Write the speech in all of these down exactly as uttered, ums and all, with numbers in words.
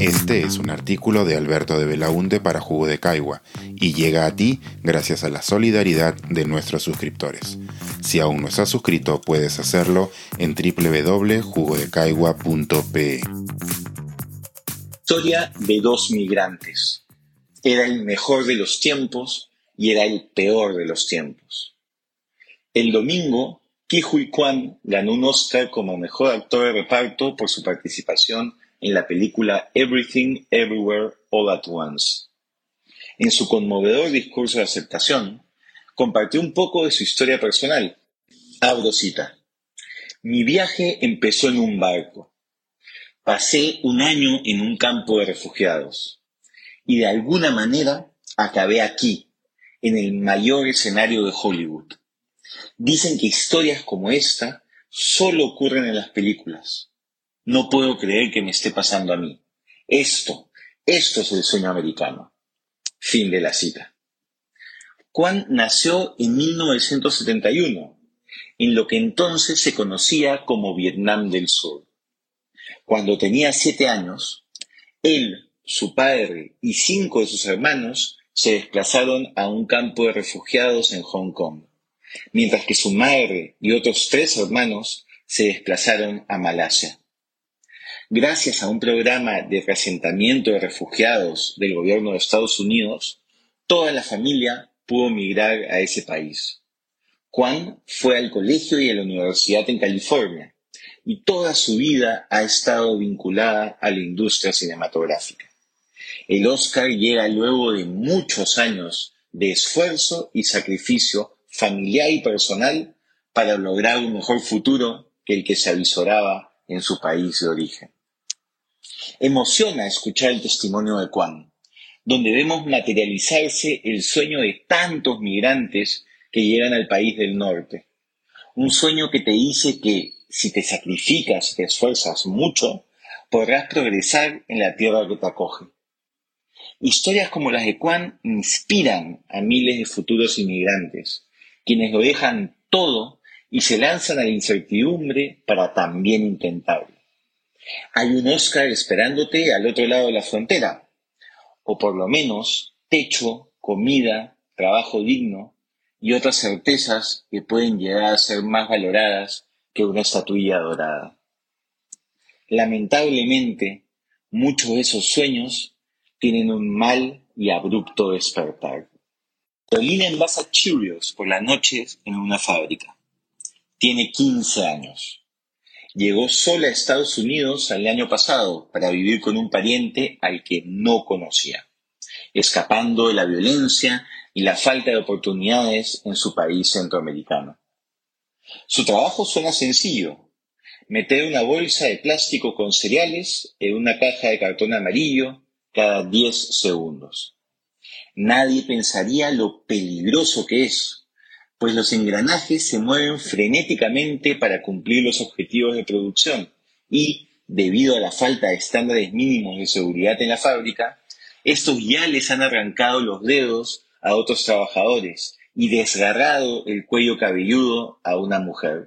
Este es un artículo de Alberto de Belaunte para Jugo de Caigua y llega a ti gracias a la solidaridad de nuestros suscriptores. Si aún no estás suscrito, puedes hacerlo en doble u doble u doble u punto jugo de caigua punto pe. Historia de dos migrantes. Era el mejor de los tiempos y era el peor de los tiempos. El domingo, Ke Huy Quan ganó un Oscar como mejor actor de reparto por su participación en la película Everything, Everywhere, All at Once. En su conmovedor discurso de aceptación, compartió un poco de su historia personal. Abro cita. Mi viaje empezó en un barco. Pasé un año en un campo de refugiados. Y de alguna manera acabé aquí, en el mayor escenario de Hollywood. Dicen que historias como esta solo ocurren en las películas. No puedo creer que me esté pasando a mí. Esto, esto es el sueño americano. Fin de la cita. Quan nació en mil novecientos setenta y uno, en lo que entonces se conocía como Vietnam del Sur. Cuando tenía siete años, él, su padre y cinco de sus hermanos se desplazaron a un campo de refugiados en Hong Kong, mientras que su madre y otros tres hermanos se desplazaron a Malasia. Gracias a un programa de reasentamiento de refugiados del gobierno de Estados Unidos, toda la familia pudo migrar a ese país. Quan fue al colegio y a la universidad en California, y toda su vida ha estado vinculada a la industria cinematográfica. El Oscar llega luego de muchos años de esfuerzo y sacrificio familiar y personal para lograr un mejor futuro que el que se avisoraba en su país de origen. Emociona escuchar el testimonio de Quan, donde vemos materializarse el sueño de tantos migrantes que llegan al país del norte. Un sueño que te dice que si te sacrificas y te esfuerzas mucho, podrás progresar en la tierra que te acoge. Historias como las de Quan inspiran a miles de futuros inmigrantes, quienes lo dejan todo y se lanzan a la incertidumbre para también intentarlo. Hay un Oscar esperándote al otro lado de la frontera, o por lo menos techo, comida, trabajo digno y otras certezas que pueden llegar a ser más valoradas que una estatuilla dorada. Lamentablemente, muchos de esos sueños tienen un mal y abrupto despertar. Carolina envasa Cheerios por las noches en una fábrica. Tiene quince años. Llegó sola a Estados Unidos el año pasado para vivir con un pariente al que no conocía, escapando de la violencia y la falta de oportunidades en su país centroamericano. Su trabajo suena sencillo: meter una bolsa de plástico con cereales en una caja de cartón amarillo cada diez segundos. Nadie pensaría lo peligroso que es, pues los engranajes se mueven frenéticamente para cumplir los objetivos de producción y, debido a la falta de estándares mínimos de seguridad en la fábrica, estos ya les han arrancado los dedos a otros trabajadores y desgarrado el cuello cabelludo a una mujer.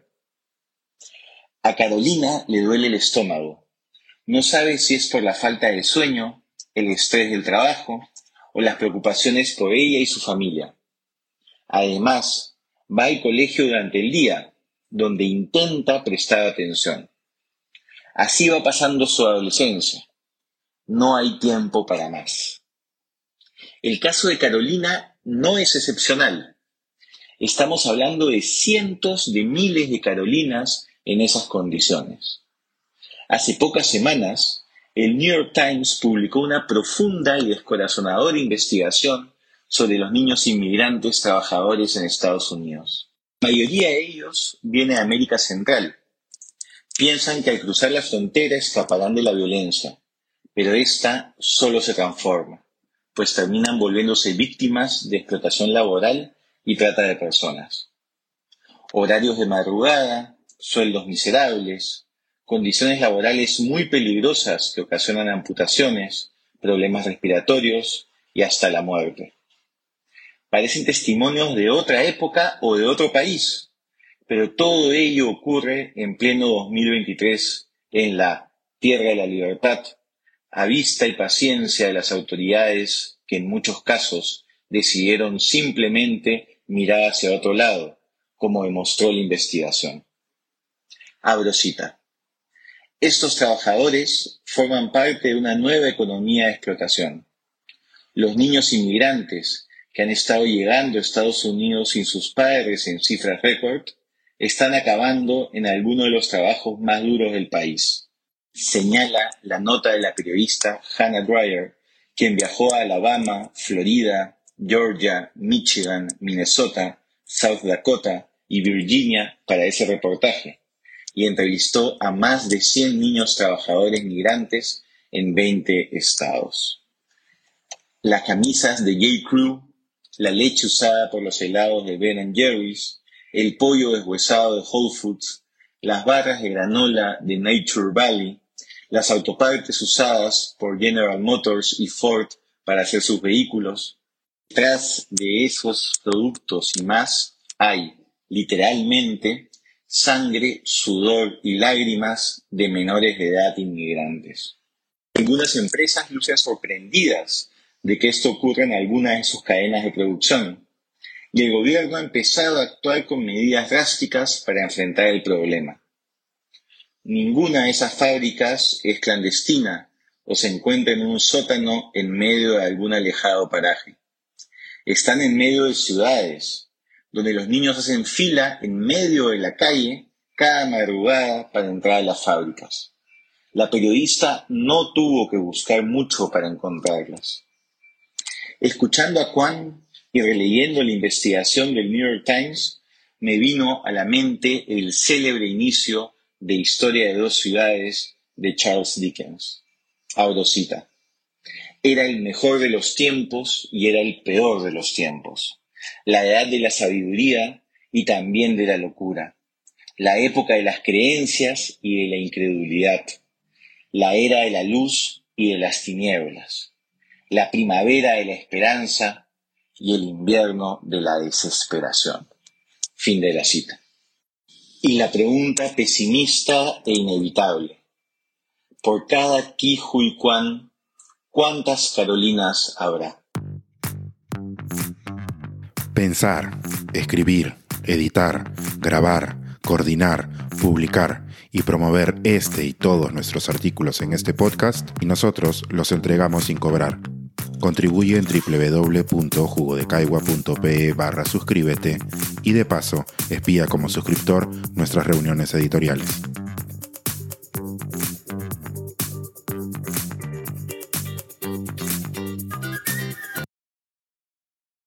A Carolina le duele el estómago. No sabe si es por la falta de sueño, el estrés del trabajo o las preocupaciones por ella y su familia. Además, va al colegio durante el día, donde intenta prestar atención. Así va pasando su adolescencia. No hay tiempo para más. El caso de Carolina no es excepcional. Estamos hablando de cientos de miles de Carolinas en esas condiciones. Hace pocas semanas, el New York Times publicó una profunda y descorazonadora investigación sobre los niños inmigrantes trabajadores en Estados Unidos. La mayoría de ellos viene de América Central. Piensan que al cruzar la frontera escaparán de la violencia, pero esta solo se transforma, pues terminan volviéndose víctimas de explotación laboral y trata de personas. Horarios de madrugada, sueldos miserables, condiciones laborales muy peligrosas que ocasionan amputaciones, problemas respiratorios y hasta la muerte. Parecen testimonios de otra época o de otro país, pero todo ello ocurre en pleno dos mil veintitrés en la tierra de la libertad, a vista y paciencia de las autoridades que en muchos casos decidieron simplemente mirar hacia otro lado, como demostró la investigación. Abro cita. Estos trabajadores forman parte de una nueva economía de explotación. Los niños inmigrantes que han estado llegando a Estados Unidos sin sus padres en cifras récord están acabando en alguno de los trabajos más duros del país. Señala la nota de la periodista Hannah Dwyer, quien viajó a Alabama, Florida, Georgia, Michigan, Minnesota, South Dakota y Virginia para ese reportaje, y entrevistó a más de cien niños trabajadores migrantes en veinte estados. Las camisas de J. Crew, la leche usada por los helados de Ben and Jerry's, el pollo deshuesado de Whole Foods, las barras de granola de Nature Valley, las autopartes usadas por General Motors y Ford para hacer sus vehículos. Detrás de esos productos y más hay, literalmente, sangre, sudor y lágrimas de menores de edad inmigrantes. Algunas empresas lucen sorprendidas de que esto ocurra en algunas de sus cadenas de producción, y el gobierno ha empezado a actuar con medidas drásticas para enfrentar el problema. Ninguna de esas fábricas es clandestina o se encuentra en un sótano en medio de algún alejado paraje. Están en medio de ciudades, donde los niños hacen fila en medio de la calle cada madrugada para entrar a las fábricas. La periodista no tuvo que buscar mucho para encontrarlas. Escuchando a Kwan y releyendo la investigación del New York Times, me vino a la mente el célebre inicio de Historia de dos ciudades de Charles Dickens. Abro cita. Era el mejor de los tiempos y era el peor de los tiempos. La edad de la sabiduría y también de la locura. La época de las creencias y de la incredulidad. La era de la luz y de las tinieblas. La primavera de la esperanza y el invierno de la desesperación. Fin de la cita. Y la pregunta pesimista e inevitable. Por cada Ke Huy Quan, ¿cuántas Carolinas habrá? Pensar, escribir, editar, grabar, coordinar, publicar y promover este y todos nuestros artículos en este podcast, y nosotros los entregamos sin cobrar. Contribuye en doble u doble u doble u punto jugodecaigua punto pe barra suscríbete y de paso espía como suscriptor nuestras reuniones editoriales.